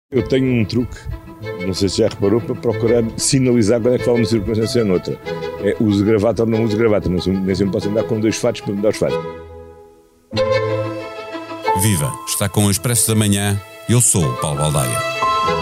Eu tenho um truque, não sei se já reparou, para procurar sinalizar quando é que falo uma circunstância ou noutra. É uso gravata ou não uso gravata, nem sempre posso andar com dois fatos para mudar os fatos. Viva! Está com o Expresso da Manhã, eu sou o Paulo Baldaia.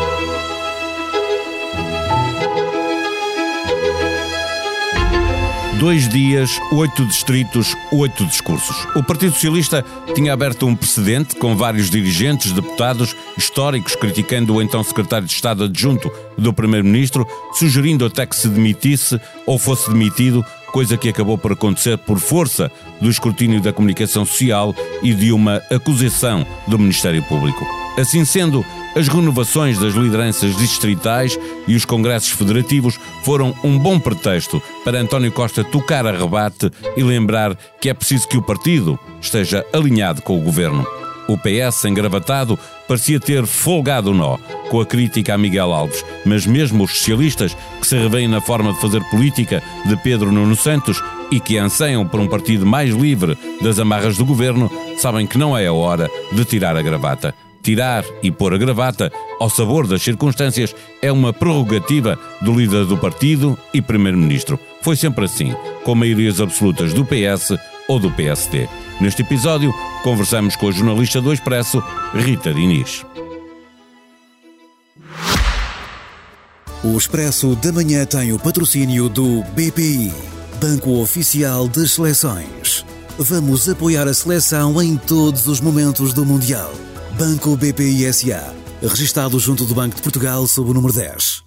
2 dias, 8 distritos, 8 discursos. O Partido Socialista tinha aberto um precedente com vários dirigentes, deputados, históricos, criticando o então secretário de Estado adjunto do Primeiro-Ministro, sugerindo até que se demitisse ou fosse demitido, coisa que acabou por acontecer por força do escrutínio da comunicação social e de uma acusação do Ministério Público. Assim sendo, as renovações das lideranças distritais e os congressos federativos foram um bom pretexto para António Costa tocar a rebate e lembrar que é preciso que o partido esteja alinhado com o governo. O PS, engravatado, parecia ter folgado o nó com a crítica a Miguel Alves, mas mesmo os socialistas, que se revêem na forma de fazer política de Pedro Nuno Santos e que anseiam por um partido mais livre das amarras do governo, sabem que não é a hora de tirar a gravata. Tirar e pôr a gravata ao sabor das circunstâncias é uma prerrogativa do líder do partido e primeiro-ministro. Foi sempre assim, com maiorias absolutas do PS ou do PSD. Neste episódio, conversamos com a jornalista do Expresso, Rita Diniz. O Expresso da Manhã tem o patrocínio do BPI, Banco Oficial das Seleções. Vamos apoiar a seleção em todos os momentos do Mundial. Banco BPI S.A., registado junto do Banco de Portugal sob o número 10.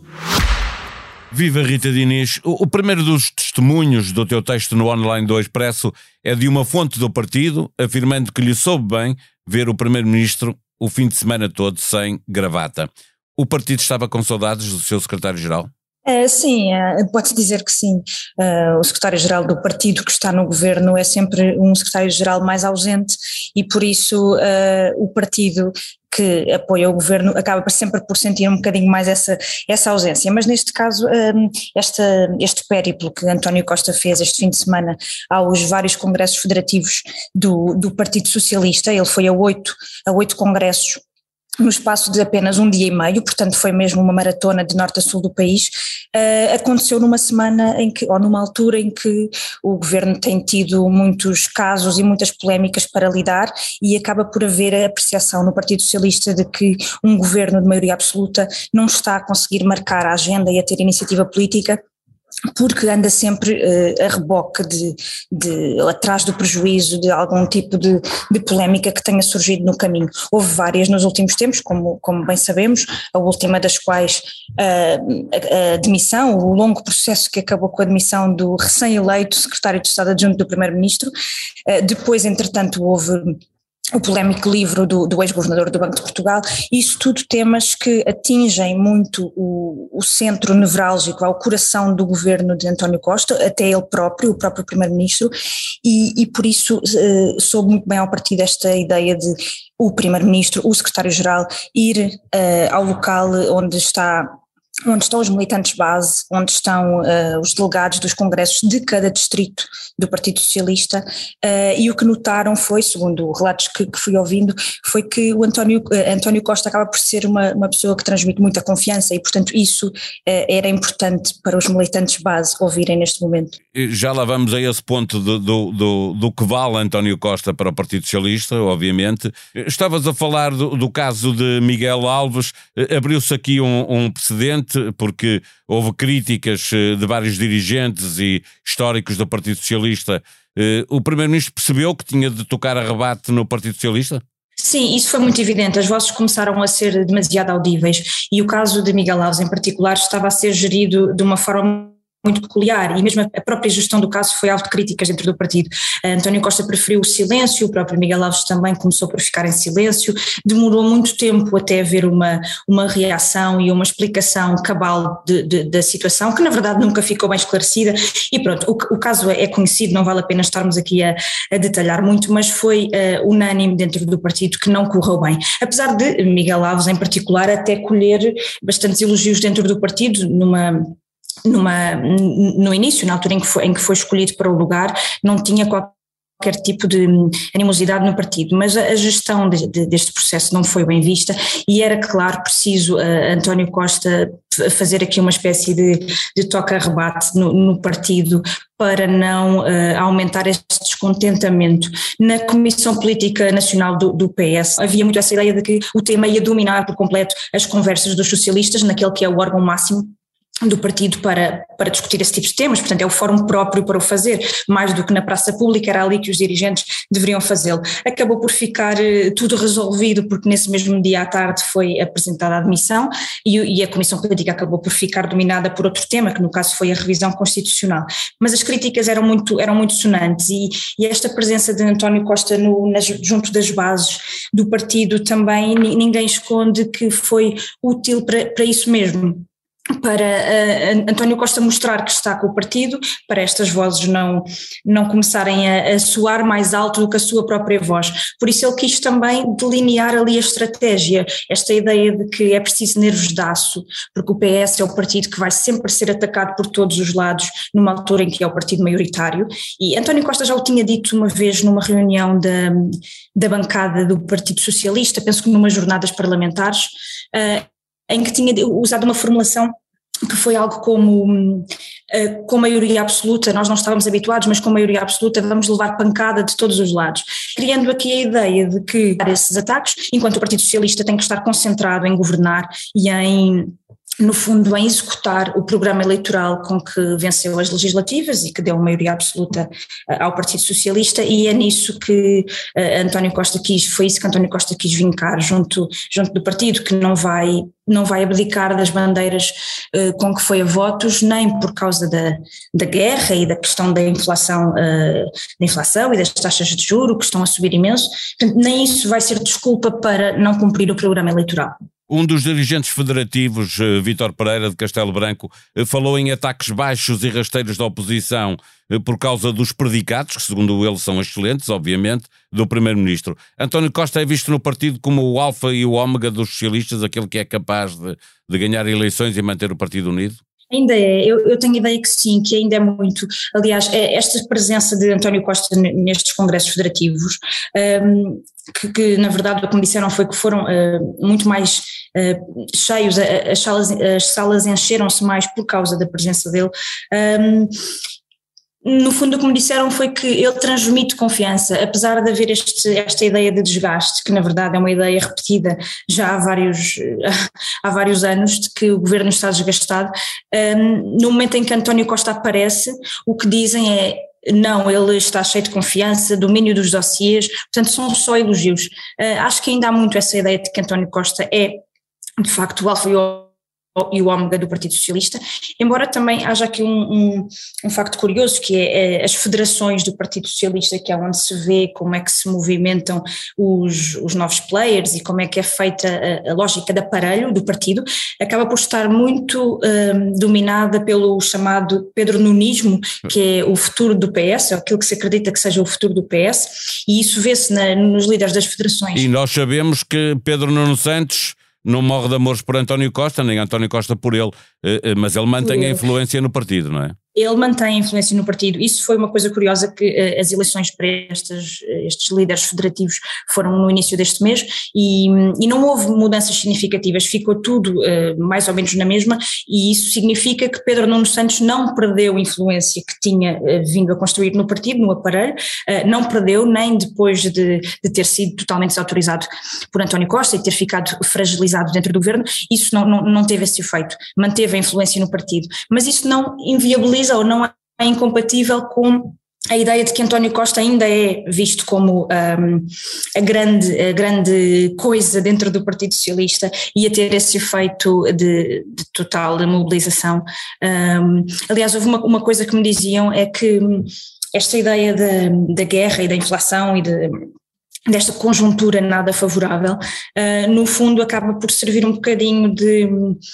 Viva Rita Diniz. O primeiro dos testemunhos do teu texto no online do Expresso é de uma fonte do partido, afirmando que lhe soube bem ver o Primeiro-Ministro o fim de semana todo sem gravata. O partido estava com saudades do seu secretário-geral? Sim, pode-se dizer que sim. O secretário-geral do partido que está no governo é sempre um secretário-geral mais ausente e por isso o partido que apoia o governo acaba sempre por sentir um bocadinho mais essa ausência, mas neste caso este périplo que António Costa fez este fim de semana aos vários congressos federativos do Partido Socialista, ele foi a 8 congressos no espaço de apenas um dia e meio, portanto foi mesmo uma maratona de norte a sul do país, aconteceu numa semana ou numa altura em que o governo tem tido muitos casos e muitas polémicas para lidar e acaba por haver a apreciação no Partido Socialista de que um governo de maioria absoluta não está a conseguir marcar a agenda e a ter iniciativa política, porque anda sempre a reboque atrás do prejuízo de algum tipo de polémica que tenha surgido no caminho. Houve várias nos últimos tempos, como bem sabemos, a última das quais a demissão, o longo processo que acabou com a demissão do recém-eleito secretário de Estado adjunto do Primeiro-Ministro. Depois, entretanto, houve o polémico livro do ex-governador do Banco de Portugal, isso tudo temas que atingem muito o centro nevrálgico, ao coração do governo de António Costa, até ele próprio, o próprio Primeiro-Ministro, e por isso soube muito bem ao partido esta ideia de o Primeiro-Ministro, o Secretário-Geral, ir ao local onde estão os militantes base, onde estão os delegados dos congressos de cada distrito do Partido Socialista, e o que notaram foi, segundo relatos que fui ouvindo, foi que o António Costa acaba por ser uma pessoa que transmite muita confiança e, portanto, isso era importante para os militantes base ouvirem neste momento. Já lá vamos a esse ponto do que vale António Costa para o Partido Socialista, obviamente. Estavas a falar do caso de Miguel Alves, abriu-se aqui um precedente, porque houve críticas de vários dirigentes e históricos do Partido Socialista. O Primeiro-Ministro percebeu que tinha de tocar a rebate no Partido Socialista? Sim, isso foi muito evidente, as vozes começaram a ser demasiado audíveis e o caso de Miguel Alves em particular estava a ser gerido de uma forma muito peculiar e mesmo a própria gestão do caso foi alvo de críticas dentro do partido. António Costa preferiu o silêncio, o próprio Miguel Alves também começou por ficar em silêncio, demorou muito tempo até haver uma reação e uma explicação cabal da situação, que na verdade nunca ficou bem esclarecida e pronto, o caso é conhecido, não vale a pena estarmos aqui a detalhar muito, mas foi unânime dentro do partido que não correu bem, apesar de Miguel Alves em particular até colher bastantes elogios dentro do partido no início, na altura em que foi escolhido para o lugar, não tinha qualquer qualquer tipo de animosidade no partido, mas a gestão deste processo não foi bem vista e era, claro, preciso António Costa fazer aqui uma espécie de toca-rebate no partido para não aumentar este descontentamento. Na Comissão Política Nacional do PS havia muito essa ideia de que o tema ia dominar por completo as conversas dos socialistas, naquele que é o órgão máximo do partido para discutir esse tipo de temas, portanto é o fórum próprio para o fazer, mais do que na praça pública, era ali que os dirigentes deveriam fazê-lo. Acabou por ficar tudo resolvido porque nesse mesmo dia à tarde foi apresentada a admissão e a Comissão Política acabou por ficar dominada por outro tema, que no caso foi a revisão constitucional, mas as críticas eram muito sonantes e esta presença de António Costa junto das bases do partido também ninguém esconde que foi útil para isso mesmo. Para António Costa mostrar que está com o partido, para estas vozes não começarem a soar mais alto do que a sua própria voz. Por isso ele quis também delinear ali a estratégia, esta ideia de que é preciso nervos de aço, porque o PS é o partido que vai sempre ser atacado por todos os lados numa altura em que é o partido maioritário, e António Costa já o tinha dito uma vez numa reunião da bancada do Partido Socialista, penso que numas jornadas parlamentares, em que tinha usado uma formulação que foi algo como com maioria absoluta, nós não estávamos habituados, mas com maioria absoluta vamos levar pancada de todos os lados, criando aqui a ideia de que esses ataques, enquanto o Partido Socialista tem que estar concentrado em governar e no fundo, em executar o programa eleitoral com que venceu as legislativas e que deu maioria absoluta ao Partido Socialista, e é nisso que António Costa foi isso que António Costa quis vincar junto do partido, que não vai abdicar das bandeiras com que foi a votos, nem por causa da guerra e da questão da inflação e das taxas de juros que estão a subir imenso, portanto, nem isso vai ser desculpa para não cumprir o programa eleitoral. Um dos dirigentes federativos, Vítor Pereira de Castelo Branco, falou em ataques baixos e rasteiros da oposição por causa dos predicados, que segundo ele são excelentes, obviamente, do Primeiro-Ministro. António Costa é visto no partido como o alfa e o ômega dos socialistas, aquele que é capaz de ganhar eleições e manter o partido unido? Ainda é, eu tenho ideia que sim, que ainda é muito. Aliás, esta presença de António Costa nestes congressos federativos, que na verdade o que me disseram foi que foram muito mais cheios, as salas encheram-se mais por causa da presença dele. No fundo o que me disseram foi que ele transmite confiança, apesar de haver esta ideia de desgaste, que na verdade é uma ideia repetida já há vários anos, de que o governo está desgastado. No momento em que António Costa aparece, o que dizem é: não, ele está cheio de confiança, domínio dos dossiês, portanto são só elogios. Acho que ainda há muito essa ideia de que António Costa é de facto o alfa e o ômega do Partido Socialista, embora também haja aqui um facto curioso, que é as federações do Partido Socialista, que é onde se vê como é que se movimentam os novos players e como é que é feita a lógica de aparelho do partido, acaba por estar muito dominada pelo chamado pedronunismo, que é o futuro do PS, é aquilo que se acredita que seja o futuro do PS, e isso vê-se nos líderes das federações. E nós sabemos que Pedro Nuno Santos não morre de amores por António Costa, nem António Costa por ele, mas ele mantém a influência no partido, não é? Ele mantém a influência no partido. Isso foi uma coisa curiosa, que as eleições para estes líderes federativos foram no início deste mês e não houve mudanças significativas, ficou tudo mais ou menos na mesma, e isso significa que Pedro Nuno Santos não perdeu a influência que tinha vindo a construir no partido, no aparelho, não perdeu nem depois de ter sido totalmente desautorizado por António Costa e ter ficado fragilizado dentro do governo. Isso não teve esse efeito, manteve a influência no partido, mas isso não inviabiliza ou não é incompatível com a ideia de que António Costa ainda é visto como a grande coisa dentro do Partido Socialista e a ter esse efeito de total mobilização. Aliás, houve uma coisa que me diziam, é que esta ideia da guerra e da inflação e desta conjuntura nada favorável, no fundo acaba por servir um bocadinho de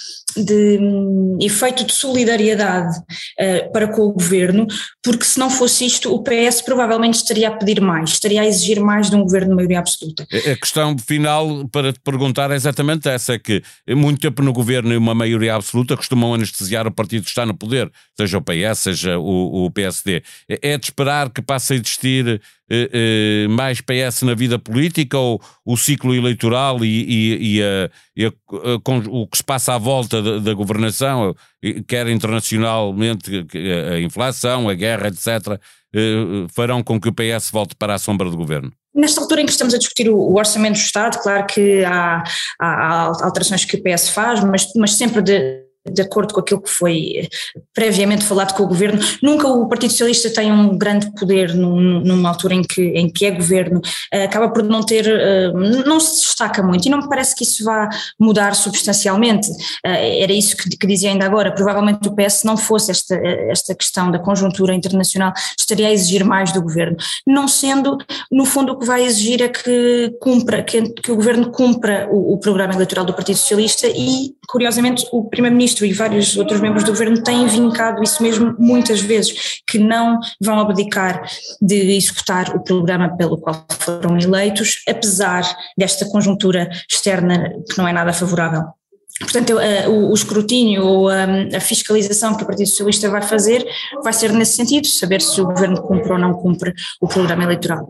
efeito de solidariedade para com o governo, porque se não fosse isto, o PS provavelmente estaria a pedir mais, estaria a exigir mais de um governo de maioria absoluta. A questão final para te perguntar é exatamente essa, é que muito tempo no governo e uma maioria absoluta costumam anestesiar o partido que está no poder, seja o PS, seja o PSD. É de esperar que passe a existir mais PS na vida política, ou o ciclo eleitoral e o que se passa à volta da governação, quer internacionalmente, a inflação, a guerra, etc., farão com que o PS volte para a sombra do governo? Nesta altura em que estamos a discutir o Orçamento do Estado, claro que há alterações que o PS faz, mas sempre de acordo com aquilo que foi previamente falado com o Governo. Nunca o Partido Socialista tem um grande poder numa altura em que é Governo, acaba por não se destaca muito, e não me parece que isso vá mudar substancialmente. Era isso que dizia ainda agora, provavelmente o PS, se não fosse esta questão da conjuntura internacional, estaria a exigir mais do Governo, não sendo, no fundo o que vai exigir é que o Governo cumpra o programa eleitoral do Partido Socialista, e curiosamente o Primeiro-Ministro e vários outros membros do Governo têm vincado isso mesmo muitas vezes, que não vão abdicar de executar o programa pelo qual foram eleitos, apesar desta conjuntura externa que não é nada favorável. Portanto, o escrutínio ou a fiscalização que o Partido Socialista vai fazer vai ser nesse sentido, saber se o Governo cumpre ou não cumpre o programa eleitoral.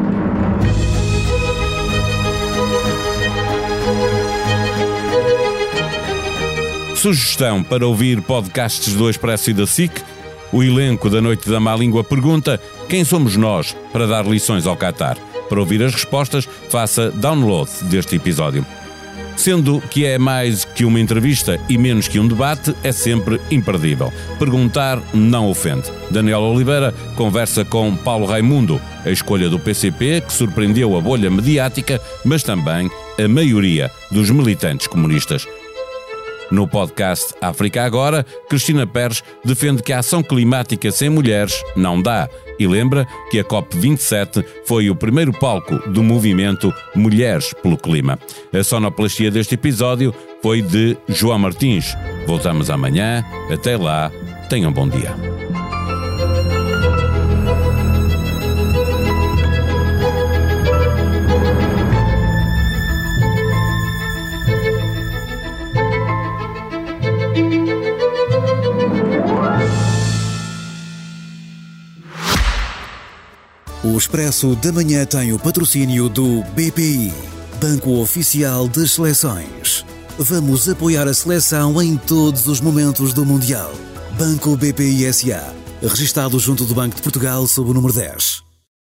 Sugestão para ouvir podcasts do Expresso e da SIC? O elenco da Noite da Má Língua pergunta: quem somos nós para dar lições ao Qatar? Para ouvir as respostas, faça download deste episódio. Sendo que é mais que uma entrevista e menos que um debate, é sempre imperdível. Perguntar não ofende. Daniel Oliveira conversa com Paulo Raimundo, a escolha do PCP que surpreendeu a bolha mediática, mas também a maioria dos militantes comunistas. No podcast África Agora, Cristina Pérez defende que a ação climática sem mulheres não dá e lembra que a COP27 foi o primeiro palco do movimento Mulheres pelo Clima. A sonoplastia deste episódio foi de João Martins. Voltamos amanhã. Até lá, tenham um bom dia. O Expresso da Manhã tem o patrocínio do BPI, Banco Oficial das Seleções. Vamos apoiar a seleção em todos os momentos do Mundial. Banco BPI S.A., registado junto do Banco de Portugal sob o número 10.